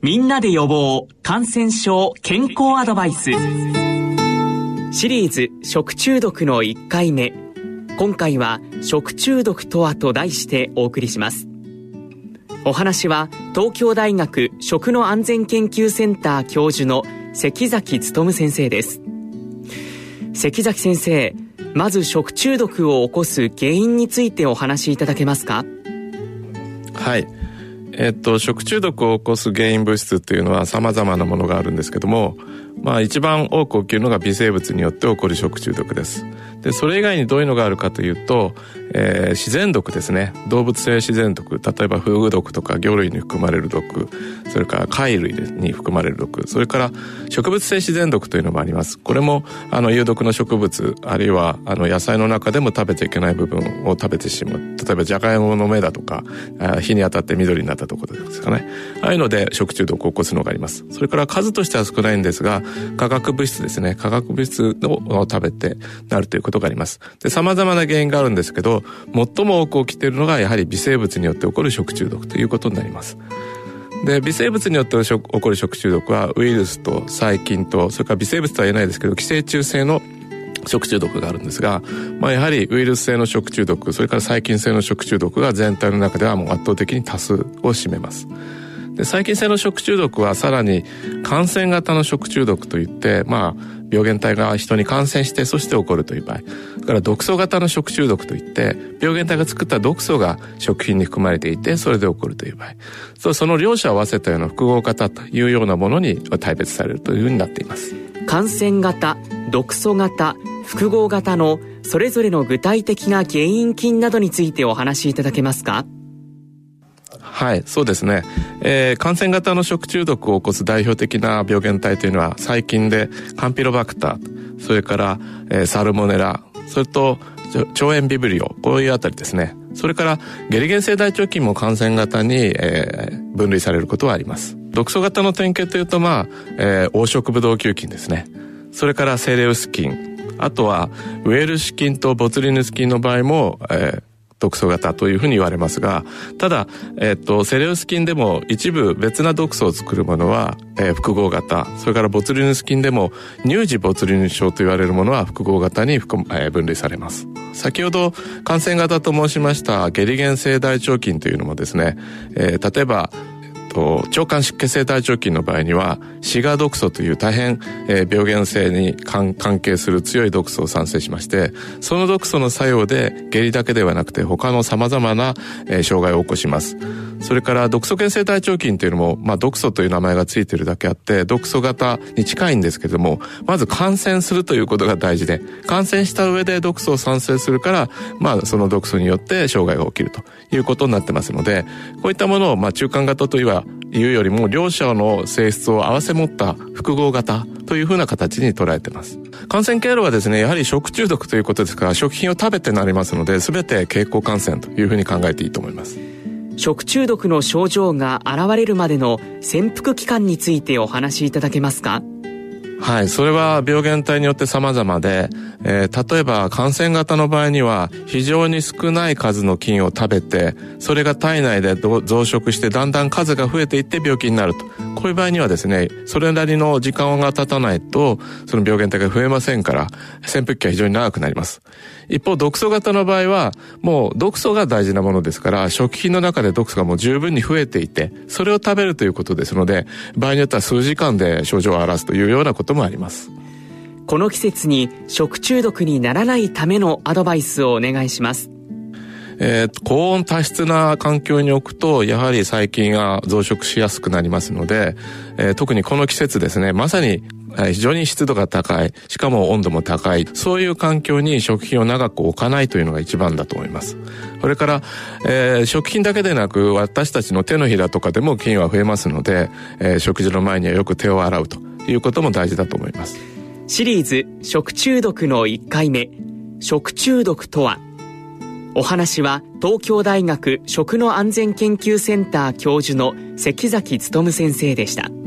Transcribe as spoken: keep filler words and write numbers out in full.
みんなで予防感染症健康アドバイスシリーズ食中毒のいっかいめ。今回は食中毒とはと題してお送りします。お話は東京大学食の安全研究センター教授の関崎努先生です。関崎先生、まず食中毒を起こす原因についてお話しいただけますか？ はい、えっと食中毒を起こす原因物質というのは様々なものがあるんですけども、まあ一番多く起きるのが微生物によって起こる食中毒です。でそれ以外にどういうのがあるかというと、えー、自然毒ですね。動物性自然毒、例えばフグ毒とか魚類に含まれる毒、それから貝類に含まれる毒、それから植物性自然毒というのもあります。これもあの有毒の植物、あるいはあの野菜の中でも食べちゃいけない部分を食べてしまう。例えばジャガイモの芽だとか、火に当たって緑になったところですかね。ああいうので食中毒を起こすのがあります。それから数としては少ないんですが、化学物質ですね。化学物質を食べてなるということがあります。で、様々な原因があるんですけど、最も多く起きているのがやはり微生物によって起こる食中毒ということになります。で、微生物によって起こる食中毒はウイルスと細菌と、それから微生物とは言えないですけど寄生虫性の食中毒があるんですが、まあやはりウイルス性の食中毒、それから細菌性の食中毒が全体の中ではもう圧倒的に多数を占めます。で、細菌性の食中毒はさらに感染型の食中毒といって、まあ病原体が人に感染してそして起こるという場合、それから毒素型の食中毒といって病原体が作った毒素が食品に含まれていてそれで起こるという場合、その両者を合わせたような複合型というようなものに大別されるというふうになっています。 感染型、毒素型、複合型のそれぞれの具体的な原因菌などについてお話しいただけますか？ はい、そうですね、えー、感染型の食中毒を起こす代表的な病原体というのは細菌でカンピロバクター、それから、えー、サルモネラ、それと腸炎ビブリオ、こういうあたりですね。それからゲリ原性大腸菌も感染型に、えー、分類されることはあります。毒素型の典型というと、まあえー、黄色ブドウ球菌ですね。それからセレウス菌、あとはウエルシュ菌とボツリヌス菌の場合も、えー毒素型というふうに言われますが、ただ、えっと、セレウス菌でも一部別な毒素を作るものは、えー、複合型、それからボツリヌス菌でも乳児ボツリヌス症と言われるものは複合型に含、えー、分類されます。先ほど感染型と申しましたゲリ原性大腸菌というのもですね、えー、例えば腸管出血性大腸菌の場合にはシガ毒素という大変、えー、病原性に関係する強い毒素を産生しまして、その毒素の作用で下痢だけではなくて他の様々な、えー、障害を起こします。それから毒素源性大腸菌というのも、まあ、毒素という名前がついているだけあって毒素型に近いんですけれども、まず感染するということが大事で、感染した上で毒素を産生するから、まあ、その毒素によって障害が起きるということになってますので、こういったものを、まあ、中間型といわいうよりも両者の性質を合わせ持った複合型というふうな形に捉えています。感染経路はですね、やはり食中毒ということですから食品を食べてなりますので、全て経口感染というふうに考えていいと思います。 食中毒の症状が現れるまでの潜伏期間についてお話しいただけますか？ はい、それは病原体によって様々で、えー、例えば感染型の場合には非常に少ない数の菌を食べて、それが体内で増殖してだんだん数が増えていって病気になると。こういう場合にはですね、それなりの時間が経たないとその病原体が増えませんから、潜伏期は非常に長くなります。一方毒素型の場合はもう毒素が大事なものですから、食品の中で毒素がもう十分に増えていてそれを食べるということですので、場合によっては数時間で症状を表すというようなこともあります。 この季節に食中毒にならないためのアドバイスをお願いします。 えー、高温多湿な環境に置くとやはり細菌が増殖しやすくなりますので、えー、特にこの季節ですね、まさに非常に湿度が高い、しかも温度も高い、そういう環境に食品を長く置かないというのが一番だと思います。それから、えー、食品だけでなく私たちの手のひらとかでも菌は増えますので、えー、食事の前にはよく手を洗うということも大事だと思います。 シリーズ食中毒のいっかいめ、食中毒とは。お話は東京大学食の安全研究センター教授の関崎努先生でした。